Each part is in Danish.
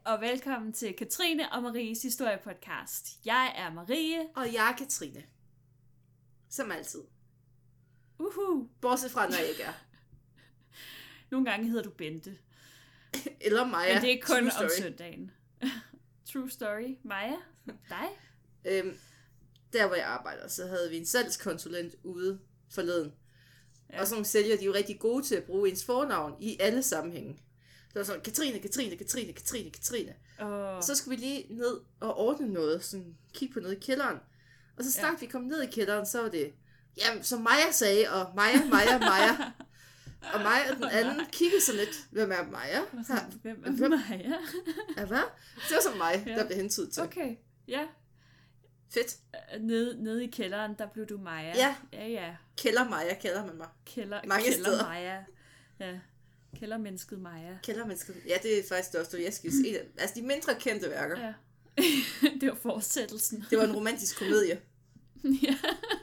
og velkommen til Katrine og Maries historiepodcast. Jeg er Marie. Og jeg er Katrine. Som altid. Bortset fra, når jeg ikke er. Nogle gange hedder du Bente. Eller Maja. Men det er kun om søndagen. True story. Maja, dig? Der hvor jeg arbejder, så havde vi en salgskonsulent ude forleden. Ja. Og sådan nogle sælgere, de er jo rigtig gode til at bruge ens fornavn i alle sammenhænge. Så var sådan, Katrine. Så skulle vi lige ned og ordne noget, sådan kigge på noget i kælderen. Og så snart vi kom ned i kælderen, så var det, jamen, som Maja sagde, og Maja. Og mig og den anden kiggede sådan lidt, hvem er Maja? Hvem er Maja? Ja, hvad? Det var som mig, der blev hentydet til. Okay, ja. Fedt. Nede i kælderen, der blev du Maja. Ja. Kælder Maja, kalder man mig. Mange steder. Maja. Ja. Kældermennesket Maja. Kældermennesket. Ja, det er faktisk Dostojevskijs. Altså de mindre kendte værker. Ja. Det var fortsættelsen. Det var en romantisk komedie. Ja.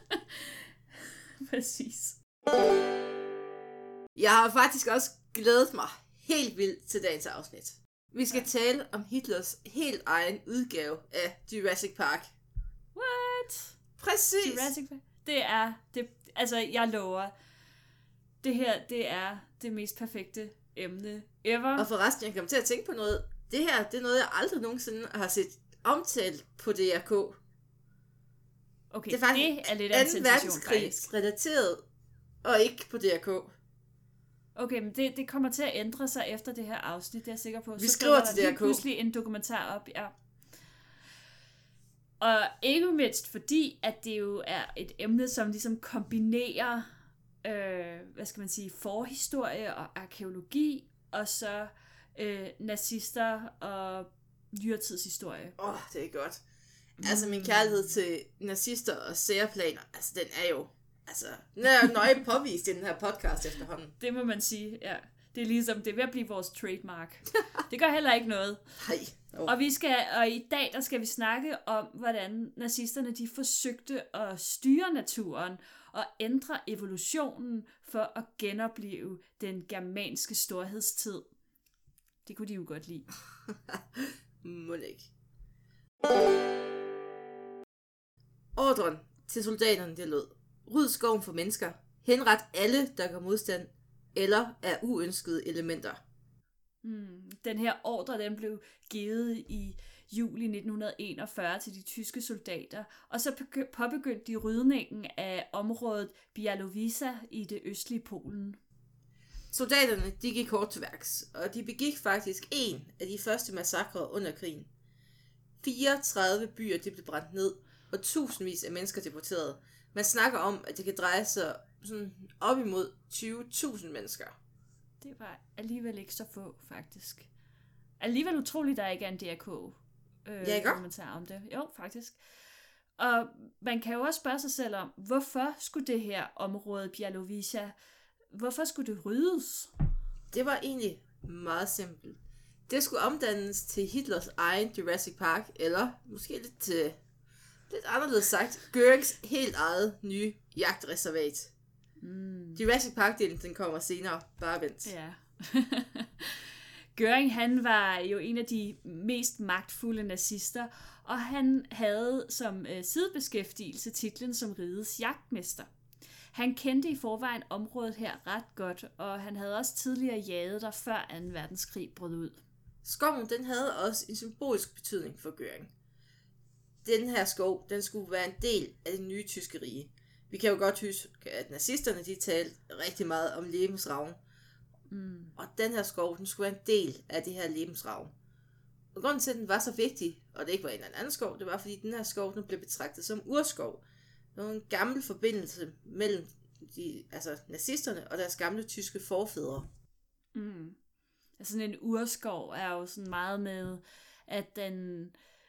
Præcis. Jeg har faktisk også glædet mig helt vildt til dagens afsnit. Vi skal tale om Hitlers helt egen udgave af Jurassic Park. What? Præcis. Jurassic Park. Altså, jeg lover, det her, det er det mest perfekte emne ever. Og forresten, jeg kom til at tænke på noget. Det her, det er noget, jeg aldrig nogensinde har set omtalt på DRK. Okay, det er lidt af en sensation, faktisk. Relateret, og ikke på DRK. Okay, men det kommer til at ændre sig efter det her afsnit, det er jeg sikker på. Vi skriver til DRK. Så pludselig en dokumentar op, ja. Og ikke mindst fordi, at det jo er et emne, som ligesom kombinerer, forhistorie og arkæologi, og så nazister og nyertidshistorie. Det er godt. Altså min kærlighed til nazister og særplaner, altså den er jo, den er nøje påvist i den her podcast efterhånden. Det må man sige, ja. Det er ligesom, det er ved at blive vores trademark. Det gør heller ikke noget. Nej. Og i dag, der skal vi snakke om, hvordan nazisterne, de forsøgte at styre naturen og ændre evolutionen for at genopleve den germanske storhedstid. Det kunne de jo godt lide. Må ikke. Ordren til soldaterne, det lød: ryd skoven for mennesker, henret alle, der gør modstand, eller er uønskede elementer. Den her ordre, den blev givet i juli 1941 til de tyske soldater, og så påbegyndte de rydningen af området Białowieża i det østlige Polen. Soldaterne, de gik hårdt til værks, og de begik faktisk en af de første massakrer under krigen. 34 byer, de blev brændt ned, og tusindvis af mennesker deporteret. Man snakker om, at det kan dreje sig sådan op imod 20.000 mennesker. Det var alligevel ikke så få, faktisk. Alligevel utroligt, der ikke er en DRK-kommentar om det. Jo, faktisk. Og man kan jo også spørge sig selv om, hvorfor skulle det her område, Białowieża, hvorfor skulle det ryddes? Det var egentlig meget simpelt. Det skulle omdannes til Hitlers egen Jurassic Park, eller måske lidt anderledes sagt, Görings helt eget nye jagtreservat. Jurassic Park-delen, den kommer senere. Bare vent. Ja. Göring, han var jo en af de mest magtfulde nazister, og han havde som sidebeskæftigelse titlen som rigets jagtmester. Han kendte i forvejen området her ret godt, og han havde også tidligere jaget der før 2. verdenskrig brød ud. Skoven, den havde også en symbolisk betydning for Göring. Den her skov, den skulle være en del af det nye tyske rige. Vi kan jo godt huske, at nazisterne, de talte rigtig meget om Lebensraum. Og den her skov, den skulle være en del af det her Lebensraum. Og grunden til, at den var så vigtig, og det ikke var en eller anden skov, det var, fordi den her skov, den blev betragtet som urskov. Det var en gammel forbindelse mellem nazisterne og deres gamle tyske forfædre. Altså en urskov er jo sådan meget med, at den,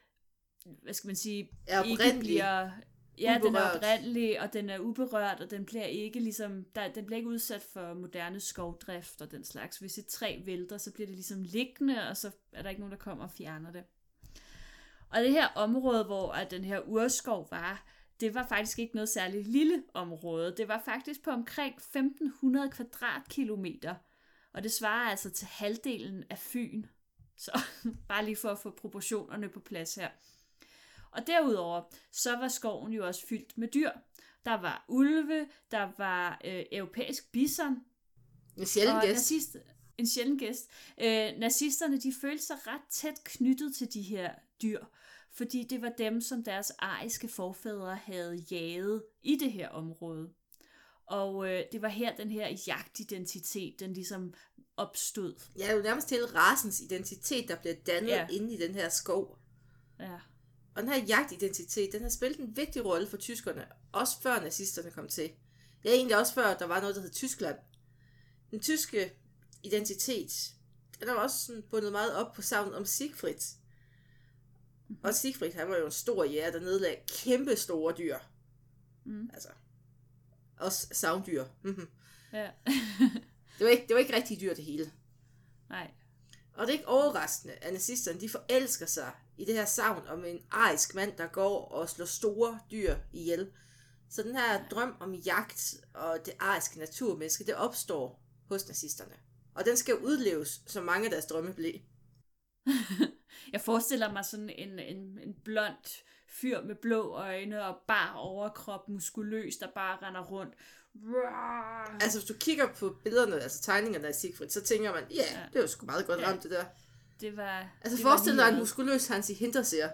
ikke bliver... Ja, den er oprindelig, og den er uberørt, og den bliver ikke den bliver ikke udsat for moderne skovdrift og den slags. Hvis et træ vælter, så bliver det ligesom liggende, og så er der ikke nogen, der kommer og fjerner det. Og det her område, hvor at den her urskov var, det var faktisk ikke noget særligt lille område. Det var faktisk på omkring 1.500 kvadratkilometer, og det svarer altså til halvdelen af Fyn. Så bare lige for at få proportionerne på plads her. Og derudover, så var skoven jo også fyldt med dyr. Der var ulve, der var europæisk bison. En sjælden gæst. En sjælden gæst. Nazisterne, de følte sig ret tæt knyttet til de her dyr, fordi det var dem, som deres ariske forfædre havde jaget i det her område. Og det var her, den her jagtidentitet, den ligesom opstod. Ja, det er jo nærmest hele racens identitet, der bliver dannet inde i den her skov. Ja. Og den her jagtidentitet, den har spillet en vigtig rolle for tyskerne, også før nazisterne kom til. Ja, egentlig også før der var noget, der hed Tyskland. Den tyske identitet, den er også sådan bundet meget op på savnet om Siegfried. Og Siegfried, han var jo en stor jæger, der nedlagde kæmpe store dyr. Altså, også savndyr. Ja. det var ikke rigtig dyr det hele. Nej. Og det er ikke overraskende, at nazisterne, de forelsker sig i det her savn om en arisk mand, der går og slår store dyr ihjel. Så den her drøm om jagt og det ariske naturmenneske, det opstår hos nazisterne. Og den skal udleves, som mange af deres drømme blev. Jeg forestiller mig sådan en blond fyr med blå øjne og bar overkrop, muskuløs, der bare render rundt. Altså, hvis du kigger på billederne, altså tegningerne af Siegfried, så tænker man, det er jo sgu meget godt ramt, det der. Det var... Altså, forestil dig en muskuløs Hansi Hinterseer.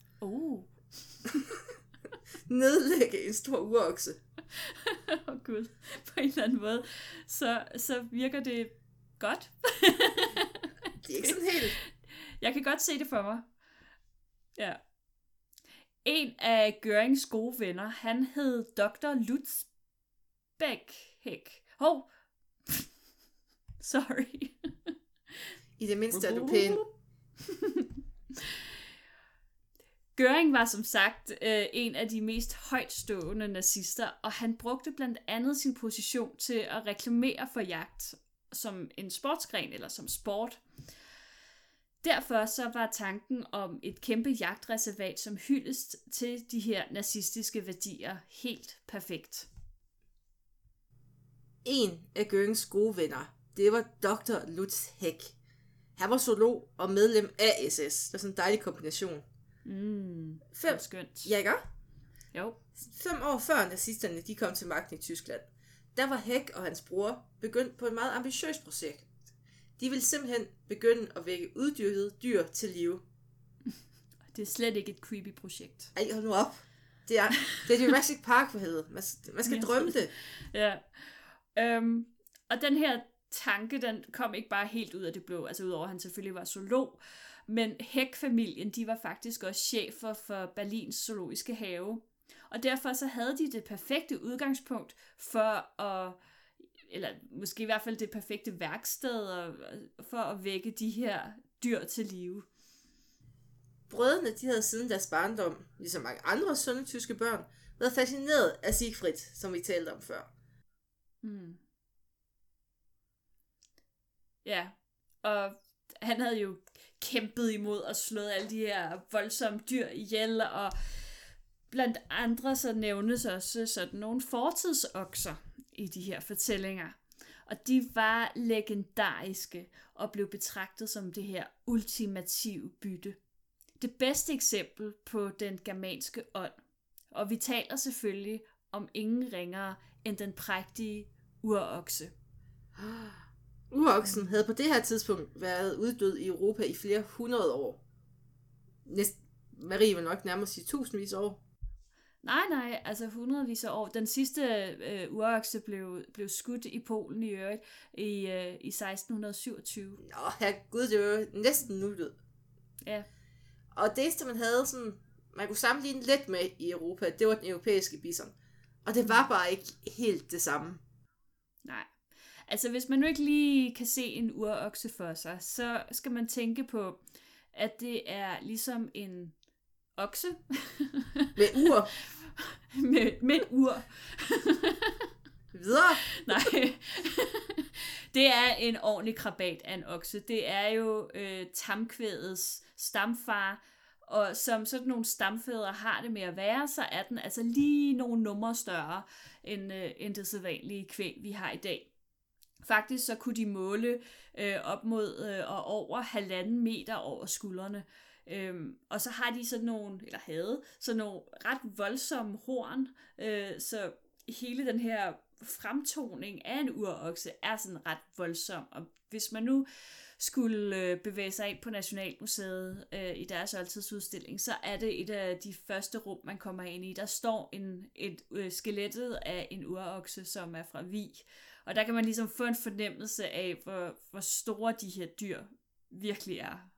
Nedlægge en stor urokse. Gud, på en eller anden måde. Så virker det godt. Det er ikke sådan helt... Jeg kan godt se det for mig. Ja. En af Görings gode venner, han hed Dr. Lutz Beck. Sorry. I det mindste er du pæn. Göring var som sagt en af de mest højtstående nazister, og han brugte blandt andet sin position til at reklamere for jagt som en sportsgren eller som sport. Derfor så var tanken om et kæmpe jagtreservat som hyldest til de her nazistiske værdier helt perfekt. En af Görings gode venner, det var Dr. Lutz Heck. Han var zoolog og medlem af SS. Det er sådan en dejlig kombination. Skønt. Ja, ikke? Jo. 5 år før nazisterne de kom til magten i Tyskland, der var Heck og hans bror begyndt på et meget ambitiøst projekt. De ville simpelthen begynde at vække uddyrkede dyr til live. Det er slet ikke et creepy projekt. Ej, hold nu op. Det er Jurassic Park for helvede. Man skal drømme det. Ja. Og den her tanke, den kom ikke bare helt ud af det blå, altså udover at han selvfølgelig var zoolog, men Heck-familien, de var faktisk også chefer for Berlins zoologiske have. Og derfor så havde de det perfekte udgangspunkt for at, eller måske i hvert fald det perfekte værksted for at vække de her dyr til live. Brødrene, de havde siden deres barndom, ligesom mange andre sunde tyske børn, været fascineret af Siegfried, som vi talte om før. Ja, og han havde jo kæmpet imod og slået alle de her voldsomme dyr ihjel, og blandt andre så nævnes også sådan nogle fortidsokser i de her fortællinger. Og de var legendariske og blev betragtet som det her ultimative bytte. Det bedste eksempel på den germanske ånd. Og vi taler selvfølgelig om ingen ringere end den prægtige urokse. Uroksen havde på det her tidspunkt været uddød i Europa i flere 100 år. Marie vil nok nærmere sige tusindvis af år. Nej, altså hundredvis af år. Den sidste urokse blev skudt i Polen i øvrigt i 1627. Nå, herregud, det var jo næsten uddød. Ja. Og det eneste, man havde sådan, man kunne sammenligne lidt med i Europa, det var den europæiske bison. Og det var bare ikke helt det samme. Nej. Altså, hvis man nu ikke lige kan se en urokse for sig, så skal man tænke på, at det er ligesom en okse. Med ur. med et ur. Videre. Nej. Det er en ordentlig krabat af en okse. Det er jo tamkvædets stamfar, og som sådan nogle stamfædre har det med at være, så er den altså lige nogle numre større end det sædvanlige kvæg, vi har i dag. Faktisk så kunne de måle op mod og over 1,5 meter over skuldrene. Og så har de sådan nogle, eller havde, sådan nogle ret voldsomme horn, så hele den her fremtoning af en urokse er sådan ret voldsom. Og hvis man nu skulle bevæge sig ind på Nationalmuseet i deres oldtidsudstilling, så er det et af de første rum, man kommer ind i. Der står skelettet af en urokse, som er fra Vig. Og der kan man ligesom få en fornemmelse af, hvor store de her dyr virkelig er.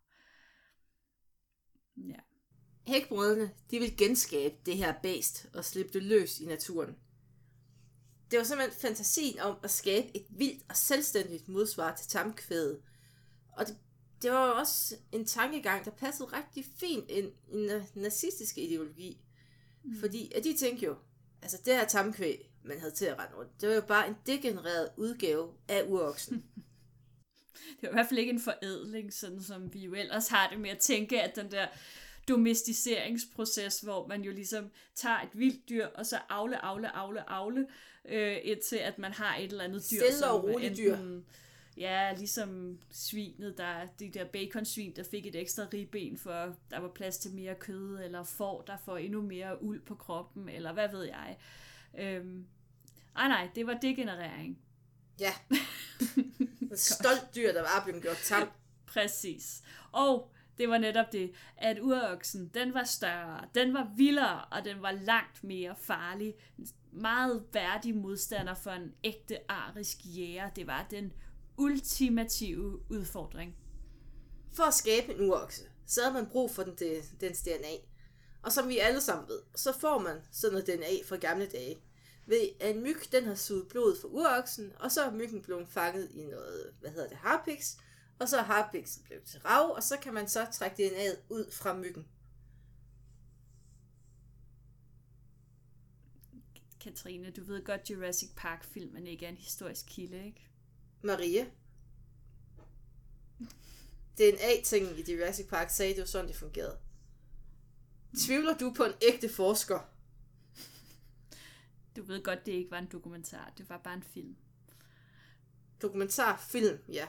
Ja. Hækbrødrene, de vil genskabe det her bæst og slippe det løs i naturen. Det var simpelthen fantasien om at skabe et vildt og selvstændigt modsvar til tamkvædet. Og det var jo også en tankegang, der passede rigtig fint ind i den nazistiske ideologi. Fordi at de tænkte jo, altså det her tamkvæg, man havde til at rende rundt, det var jo bare en degenereret udgave af uroksen. Det var i hvert fald ikke en forædling, sådan som vi jo ellers har det med at tænke, at den der domesticeringsproces, hvor man jo ligesom tager et vildt dyr, og så avle, indtil at man har et eller andet dyr. Stille og roligt dyr. Ja, ligesom svinet, de der baconsvin, der fik et ekstra ribben, for der var plads til mere kød, eller får, der får endnu mere uld på kroppen, eller hvad ved jeg. Nej, det var degenerering. Ja. Et stolt dyr, der var blevet gjort tam. Præcis. Og det var netop det, at uroksen, den var større, den var vildere, og den var langt mere farlig. Meget værdig modstander for en ægte arisk jæger. Det var den ultimative udfordring. For at skabe en urokse, så havde man brug for dens DNA. Og som vi alle sammen ved, så får man sådan noget DNA fra gamle dage. Ved at en myg, den har suget blod fra uroksen, og så er myggen blevet fanget i noget, harpiks, og så er harpiksen blevet til rav, og så kan man så trække DNA'et ud fra myggen. Katrine, du ved godt, Jurassic Park-filmen ikke er en historisk kilde, ikke? Maria. DNA-tingen i Jurassic Park sagde, det var sådan, det fungerede. Tvivler du på en ægte forsker? Du ved godt, det ikke var en dokumentar. Det var bare en film. Dokumentarfilm, ja.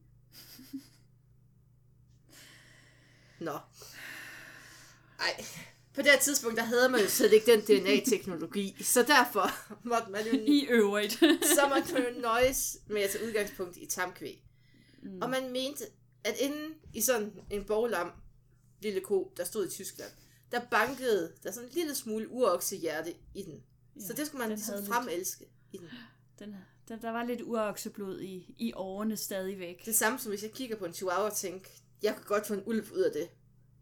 Nå. Ej. På det her tidspunkt, der havde man jo slet ikke den DNA-teknologi. Så derfor måtte man jo... I øvrigt. Så måtte man jo nøjes med at tage udgangspunkt i tamkvæg. Og man mente, at inden i sådan en boglam lille ko, der stod i Tyskland, der bankede der sådan en lille smule uroksehjerte i den. Ja, så det skulle man ligesom fremelske i den. Der var lidt urokseblod i årene stadigvæk. Det samme som hvis jeg kigger på en chihuahua og tænker, jeg kunne godt få en ulv ud af det.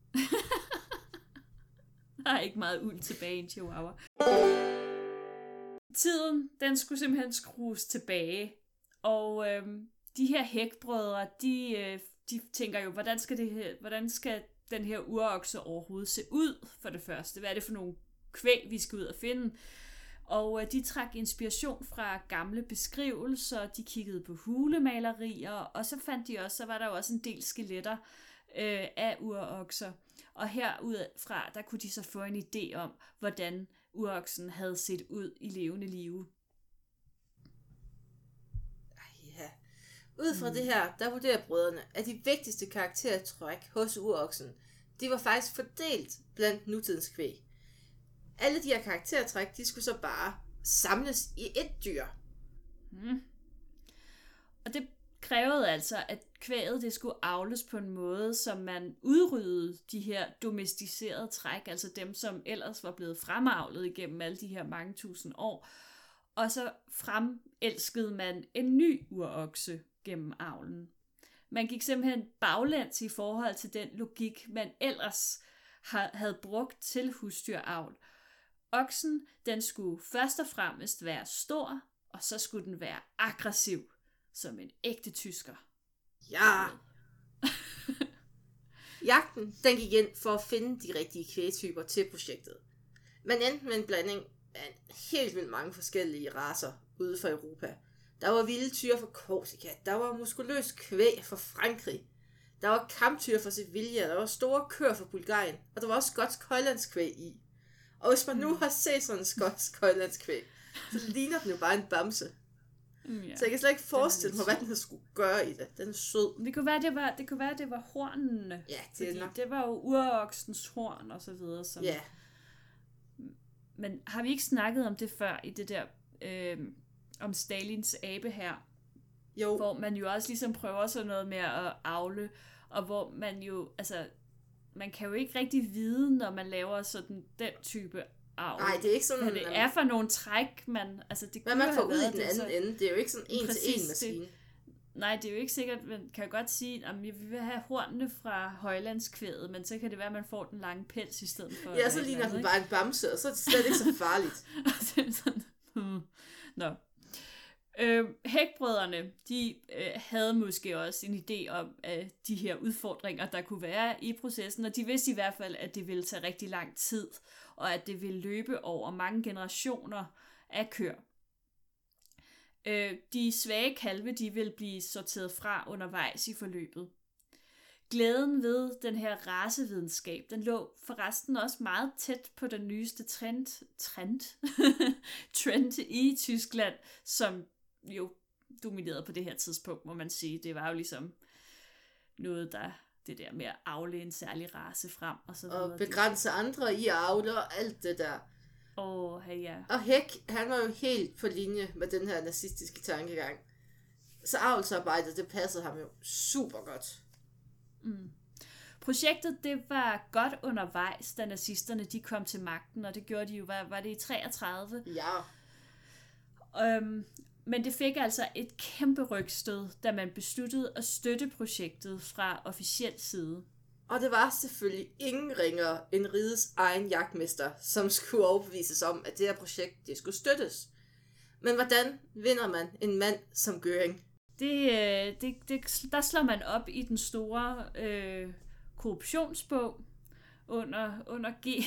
Der er ikke meget uld tilbage i en chihuahua. Tiden, den skulle simpelthen skrues tilbage. Og de her hækbrødre, de tænker jo, hvordan skal den her urokse overhovedet se ud for det første? Hvad er det for nogle kvæg, vi skal ud og finde? Og de trak inspiration fra gamle beskrivelser, de kiggede på hulemalerier, og så fandt de også, så var der jo også en del skeletter af urokser. Og herudfra, der kunne de så få en idé om, hvordan uroksen havde set ud i levende live. Ja. Ud fra det her, der vurderer brødrene, at de vigtigste karaktertræk hos uroksen, de var faktisk fordelt blandt nutidens kvæg. Alle de her karaktertræk, de skulle så bare samles i et dyr. Og det krævede altså, at kvæget det skulle avles på en måde, som man udryddede de her domesticerede træk, altså dem, som ellers var blevet fremavlet igennem alle de her mange tusind år. Og så fremelskede man en ny urokse gennem avlen. Man gik simpelthen baglæns i forhold til den logik, man ellers havde brugt til husdyravl. Oksen, den skulle først og fremmest være stor, og så skulle den være aggressiv, som en ægte tysker. Ja! Jagten, den gik ind for at finde de rigtige kvægtyper til projektet. Man endte med en blanding af helt vildt mange forskellige racer ude for Europa. Der var vilde tyre fra Korsika, der var muskuløs kvæg fra Frankrig, der var kamptyre fra Sevilla, der var store køer fra Bulgarien, og der var også skotsk højlandskvæg i. Og hvis man nu har set sådan en skotsk højlandskvæg, så ligner den jo bare en bamse. Ja, så jeg kan slet ikke forestille mig, hvad den skulle gøre i det. Den er sød. Det kunne være, det var hornene. Ja, det er nok. Det var jo uroksens horn og så videre. Som... Ja. Men har vi ikke snakket om det før i det der, om Stalins abe her? Jo. Hvor man jo også ligesom prøver sådan noget med at avle, og hvor man jo, altså, man kan jo ikke rigtig vide, når man laver sådan den type avl. Nej, det er ikke sådan... Hvad det er for nogle træk, man... Altså, det hvad man får ud i den anden ende. Det er jo ikke sådan en til en maskine. Nej, det er jo ikke sikkert, man kan godt sige, at vi vil have hornene fra højlandskvædet, men så kan det være, at man får den lange pels i stedet for... Ja, så ligner den bare en bamse, og så er det slet ikke så farligt. det er sådan, Nå. Hækbrødrene, de havde måske også en idé om de her udfordringer, der kunne være i processen, og de vidste i hvert fald, at det ville tage rigtig lang tid, og at det ville løbe over mange generationer af køer. De svage kalve, de vil blive sorteret fra undervejs i forløbet. Glæden ved den her racevidenskab, den lå forresten også meget tæt på den nyeste trend i Tyskland, som jo dominerede på det her tidspunkt, må man sige. Det var jo ligesom noget, det der med at avle en særlig race frem. Og så videre. Og begrænse andre i avle og alt det der. Ja. Og Heck, han var jo helt på linje med den her nazistiske tankegang. Så avlsarbejdet, det passede ham jo super godt. Projektet, det var godt undervejs, da nazisterne de kom til magten, og det gjorde de jo, var det i 33? Ja. Men det fik altså et kæmpe rygstød, da man besluttede at støtte projektet fra officiel side. Og det var selvfølgelig ingen ringere end rigets egen jagtmester, som skulle overbevises om, at det her projekt det skulle støttes. Men hvordan vinder man en mand som Göring? Der slår man op i den store korruptionsbog under G.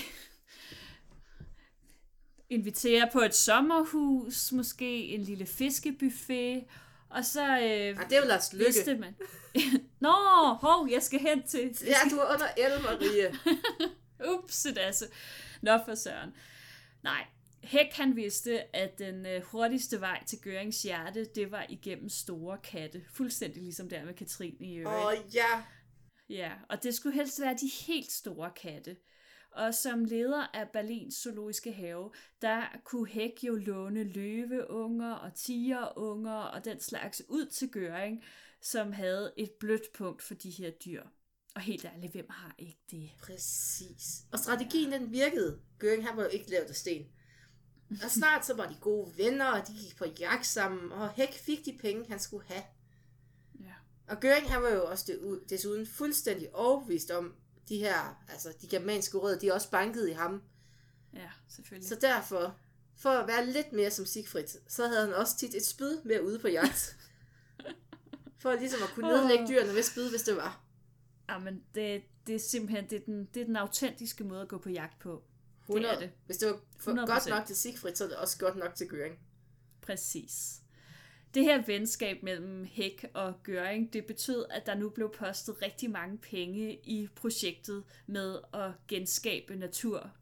Inviterer på et sommerhus, måske en lille fiskebuffet, og så det er jo Lars Lykke. Man. Jeg skal hen til... Ja, du er under el, Marie. Ups, altså. Nå for søren. Nej, Heck han vidste, at den hurtigste vej til Görings hjerte, det var igennem store katte. Fuldstændig ligesom der med Katrine i øvrigt. Ja. Ja, og det skulle helst være de helt store katte. Og som leder af Berlins zoologiske have, der kunne Heck jo låne løveunger og tigerunger og den slags ud til Göring, som havde et blødt punkt for de her dyr. Og helt ærligt, hvem har ikke det? Præcis. Og strategien den virkede. Göring han var jo ikke lavet af sten. Og snart så var de gode venner, og de gik på jagt sammen, og Heck fik de penge, han skulle have. Ja. Og Göring han var jo også desuden fuldstændig overbevist om, de her, altså de germanske rødder, de er også banket i ham. Ja, selvfølgelig. Så derfor, for at være lidt mere som Siegfried, så havde han også tit et spyd med ude på jagt. For ligesom at kunne nedlægge dyrene med spyd, hvis det var. Jamen, det er simpelthen, det er den autentiske måde at gå på jagt på. 100. Det er det. Hvis det var godt nok til Siegfried, så er det også godt nok til Göring. Præcis. Det her venskab mellem Heck og Göring, det betød, at der nu blev postet rigtig mange penge i projektet med at genskabe natur.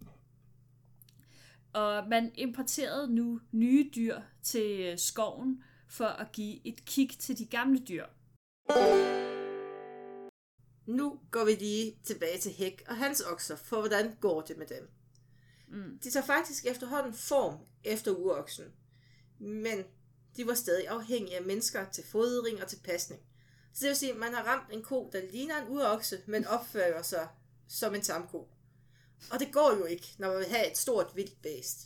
Og man importerede nu nye dyr til skoven for at give et kig til de gamle dyr. Nu går vi lige tilbage til Heck og hans okser, for hvordan går det med dem? De tager faktisk efterhånden form efter uroksen, men de var stadig afhængige af mennesker til fodring og til pasning. Så det vil sige, at man har ramt en ko, der ligner en urokse, men opfører sig som en tamko. Og det går jo ikke, når man vil have et stort vildt bæst.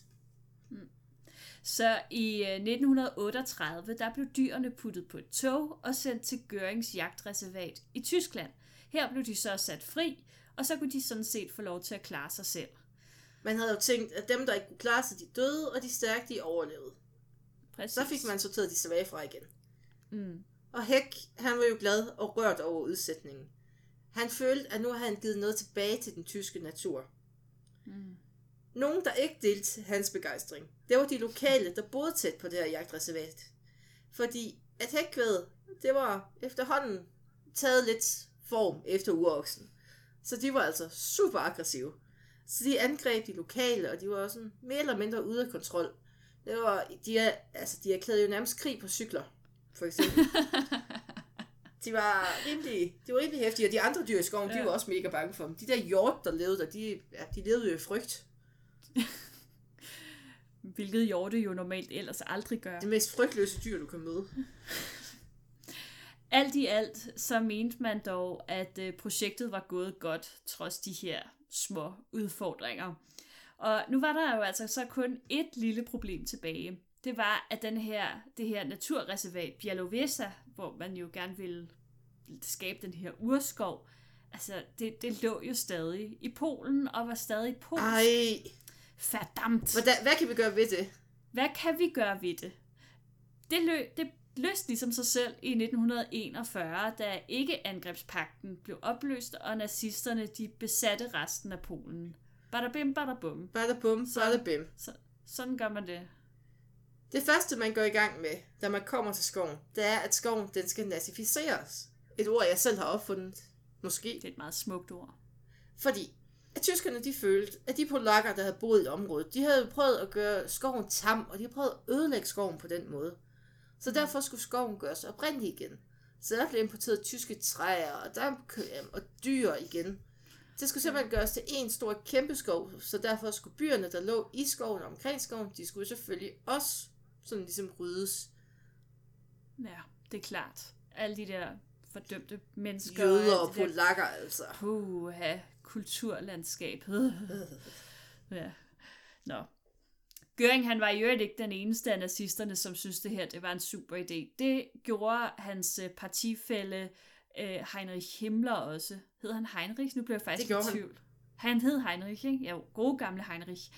Så i 1938, der blev dyrene puttet på et tog og sendt til Görings jagtreservat i Tyskland. Her blev de så sat fri, og så kunne de sådan set få lov til at klare sig selv. Man havde jo tænkt, at dem, der ikke kunne klare sig, de døde, og de stærke, de overlevede. Præcis. Så fik man sorteret de svage fra igen. Og Heck, han var jo glad og rørt over udsætningen. Han følte, at nu havde han givet noget tilbage til den tyske natur. Nogen, der ikke delte hans begejstring, det var de lokale, der boede tæt på det her jagtreservat. Fordi at hækkvædet, det var efterhånden taget lidt form efter uroksen. Så de var altså super aggressive. Så de angreb de lokale, og de var sådan mere eller mindre ude af kontrol. De erklærede jo nærmest krig på cykler, for eksempel. De var rimelig hæftige, og de andre dyr i skoven, de var også mega bange for dem. De der hjort, der levede der, de levede jo i frygt. Hvilket hjorte jo normalt ellers aldrig gør. Det mest frygtløse dyr, du kan møde. Alt i alt, så mente man dog, at projektet var gået godt, trods de her små udfordringer. Og nu var der jo altså så kun et lille problem tilbage. Det var, at det her naturreservat Białowieża, hvor man jo gerne ville skabe den her urskov, altså det lå jo stadig i Polen, og var stadig polsk. Ej! Verdammt! Hvad kan vi gøre ved det? Hvad kan vi gøre ved det? Det løste ligesom sig selv i 1941, da ikke-angrebspagten blev opløst, og nazisterne de besatte resten af Polen. Bada bim, bada bum. Bada bum, bada bim. Sådan gør man det. Det første, man går i gang med, da man kommer til skoven, det er, at skoven den skal nazificeres. Et ord, jeg selv har opfundet. Måske. Det er et meget smukt ord. Fordi at tyskerne, de følte, at de polakker, der havde boet i området, de havde prøvet at gøre skoven tam, og de havde prøvet at ødelægge skoven på den måde. Så derfor skulle skoven gøres oprindelig igen. Så der blev importeret tyske træer og dampkøm og dyr igen. Det skulle simpelthen gøres til en stor kæmpe skov, så derfor skulle byerne, der lå i skoven og omkring skoven, de skulle selvfølgelig også sådan ligesom ryddes. Ja, det er klart. Alle de der fordømte mennesker. Jøder og polakker, altså. Puha, kulturlandskabet. Ja. Nå. Göring, han var i øvrigt ikke den eneste af nazisterne, som synes det her, det var en super idé. Det gjorde hans partifælle Heinrich Himmler også. Hed han Heinrich? Nu bliver jeg faktisk i tvivl. Han hed Heinrich, ikke? Ja, gode gamle Heinrich.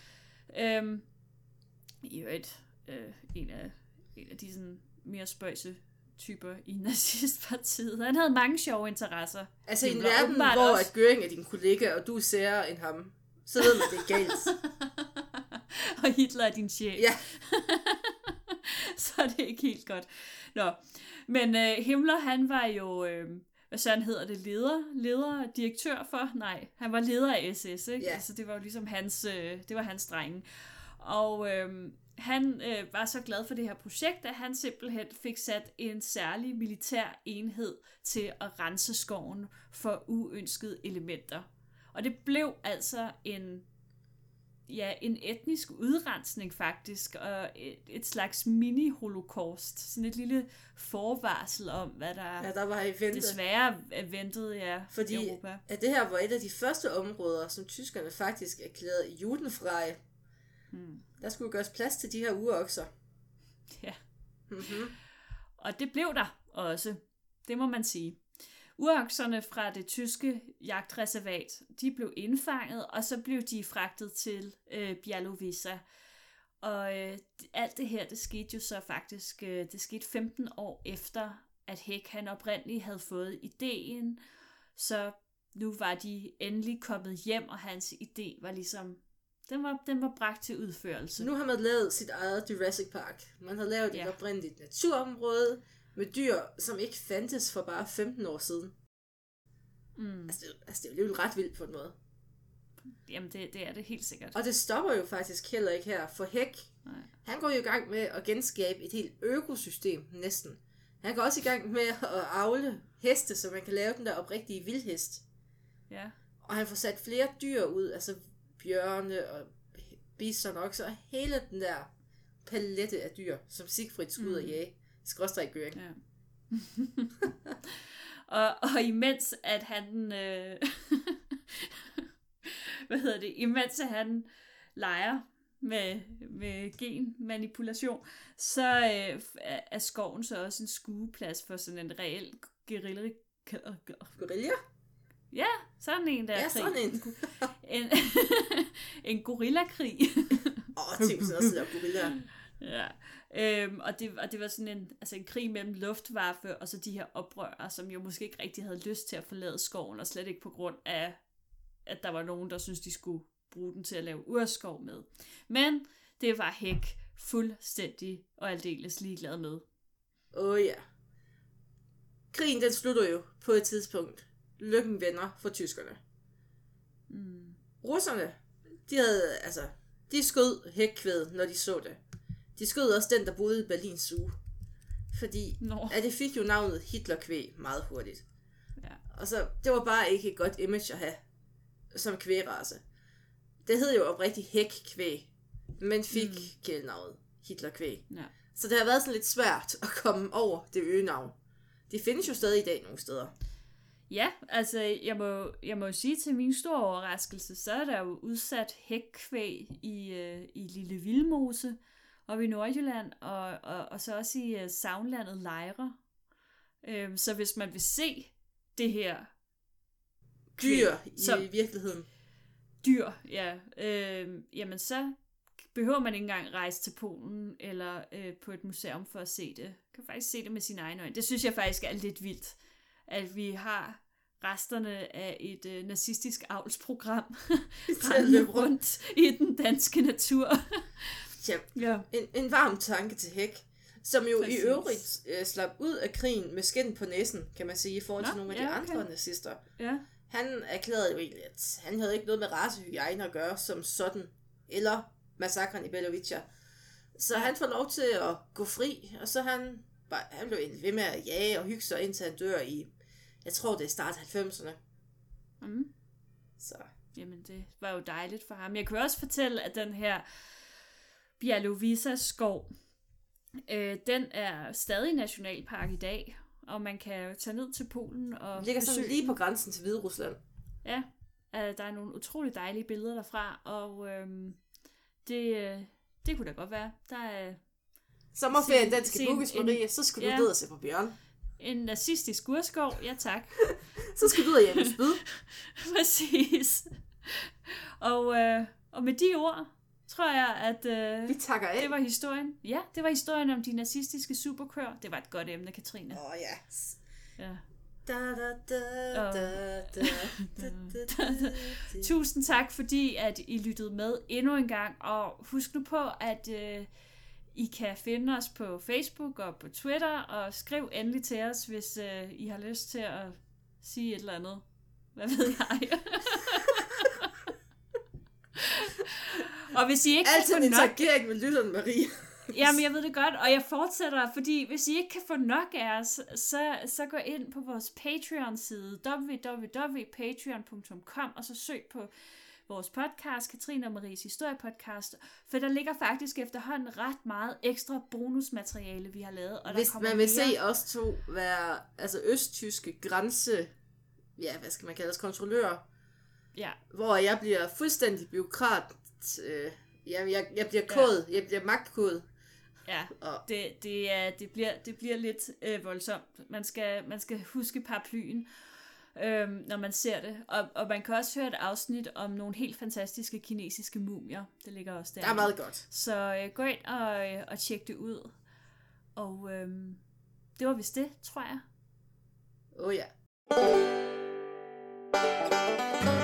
I øvrigt en af de sådan mere spøjse typer i nazistpartiet. Han havde mange sjove interesser. Altså i en verden, hvor at Göring er din kollega, og du er særere end ham, så ved man, det er galt. Og Hitler er din chef. Ja. Så er det ikke helt godt. Nå, men Himmler, han var jo, hvad sådan hedder det, leder, direktør for? Nej, han var leder af SS, ikke? Ja. Altså det var jo ligesom det var hans drenge. Og han var så glad for det her projekt, at han simpelthen fik sat en særlig militær enhed til at rense skoven for uønskede elementer. Og det blev altså en etnisk udrensning faktisk, og et slags mini-holocaust. Sådan et lille forvarsel om, hvad der var i vente. Desværre er ventet i Europa. At det her var et af de første områder, som tyskerne faktisk erklærede judenfri. Der skulle gøres plads til de her urokser. Ja. Mm-hmm. Og det blev der også. Det må man sige. Urokserne fra det tyske jagtreservat, de blev indfanget, og så blev de fragtet til Białowieża. Og alt det her, det skete jo så faktisk, det skete 15 år efter, at Heck han oprindeligt havde fået ideen. Så nu var de endelig kommet hjem, og hans idé var ligesom, den var bragt til udførelse. Nu har man lavet sit eget Jurassic Park. Man har lavet et oprindeligt naturområde, med dyr, som ikke fandtes for bare 15 år siden. Altså, det er jo ret vildt på en måde. Jamen, det er det helt sikkert. Og det stopper jo faktisk heller ikke her, for Heck, han går jo i gang med at genskabe et helt økosystem, næsten. Han går også i gang med at avle heste, så man kan lave den der oprigtige vildhest. Ja. Og han får sat flere dyr ud, altså bjørne og bison og okser, og hele den der palette af dyr, som Siegfried skulle ud og jage. Skråstrej Göring. Ja. og imens at han imens at han leger med genmanipulation, så er skoven så også en skueplads for sådan en reel guerilla. Ja, sådan en der. Ja, sådan en. En gorillakrig. Tænk sådan også der gorilla. Ja. Og det var sådan en krig mellem Luftwaffe og så de her oprørere, som jo måske ikke rigtig havde lyst til at forlade skoven, og slet ikke på grund af, at der var nogen, der syntes, de skulle bruge den til at lave urskov med. Men det var Heck fuldstændig og aldeles ligeglad med. Ja. Krigen den slutter jo på et tidspunkt. Lykken vender for tyskerne. Russerne, de skød Heck-kvædet, når de så det. De skød også den, der boede i Berlins Zoo. Fordi at det fik jo navnet Hitlerkvæg meget hurtigt. Ja. Og så, det var bare ikke et godt image at have som kvægrace. Det hed jo oprigtigt hækkvæg, men fik kælenavnet Hitlerkvæg. Ja. Så det har været sådan lidt svært at komme over det øgenavn. Det findes jo stadig i dag nogle steder. Ja, altså jeg må sige til min store overraskelse, så er der jo udsat hækkvæg i Lille Vildmose og i Nordjylland, og så også i Sagnlandet Lejre. Så hvis man vil se det her dyr i virkeligheden. Dyr, ja. Jamen så behøver man ikke engang rejse til Polen eller på et museum for at se det. Man kan faktisk se det med sine egne øjne. Det synes jeg faktisk er lidt vildt, at vi har resterne af et nazistisk avlsprogram rundt i den danske natur. Ja. En varm tanke til Hæk, som jo i øvrigt slap ud af krigen med skind på næsen, kan man sige, i forhold til nogle af de andre nazister. Ja. Han erklærede jo egentlig, at han havde ikke noget med racehygiejne at gøre som sådan, eller massakren i Belovica. Så han får lov til at gå fri, og så han blev egentlig ved med at jage og hygge sig, indtil han dør i, jeg tror det er start 90'erne. Så. Jamen det var jo dejligt for ham. Jeg kan også fortælle, at den her Bialowica skov, den er stadig nationalpark i dag, og man kan jo tage ned til Polen og det ligger sådan lige på grænsen til Hviderusland. Ja, der er nogle utrolig dejlige billeder derfra, og det kunne da godt være. Der er sommerferien, den skal bookes, Marie, så skal du ned og se på bjørn. En nazistisk urskov, ja tak. Så skal du ud og hjemme spyd. Præcis. Og med de ord, tror jeg, at vi takker af. Det var historien. Ja, det var historien om de nazistiske superkøer. Det var et godt emne, Katrine. Ja. Tusind tak, fordi at I lyttede med endnu en gang. Og husk nu på, at I kan finde os på Facebook og på Twitter, og skriv endelig til os, hvis I har lyst til at sige et eller andet. Hvad ved jeg? Og hvis I ikke altid kan få nok... interagering med lytteren, Marie. Jamen, jeg ved det godt, og jeg fortsætter, fordi hvis I ikke kan få nok af os, så gå ind på vores Patreon-side, www.patreon.com, og så søg på vores podcast, Katrine og Maries historiepodcast, for der ligger faktisk efterhånden ret meget ekstra bonusmateriale, vi har lavet. Og hvis der man vil se os to være østtyske grænse, ja, hvad skal man kalde os, kontrollører, hvor jeg bliver fuldstændig bureaukrat, jeg bliver kod, jeg bliver magtkod. Ja, det bliver lidt voldsomt. Man skal huske paraplyen, når man ser det. Og man kan også høre et afsnit om nogle helt fantastiske kinesiske mumier. Det ligger også der. Det er meget godt. Så gå ind og tjek det ud. Og det var vist det, tror jeg. Ja.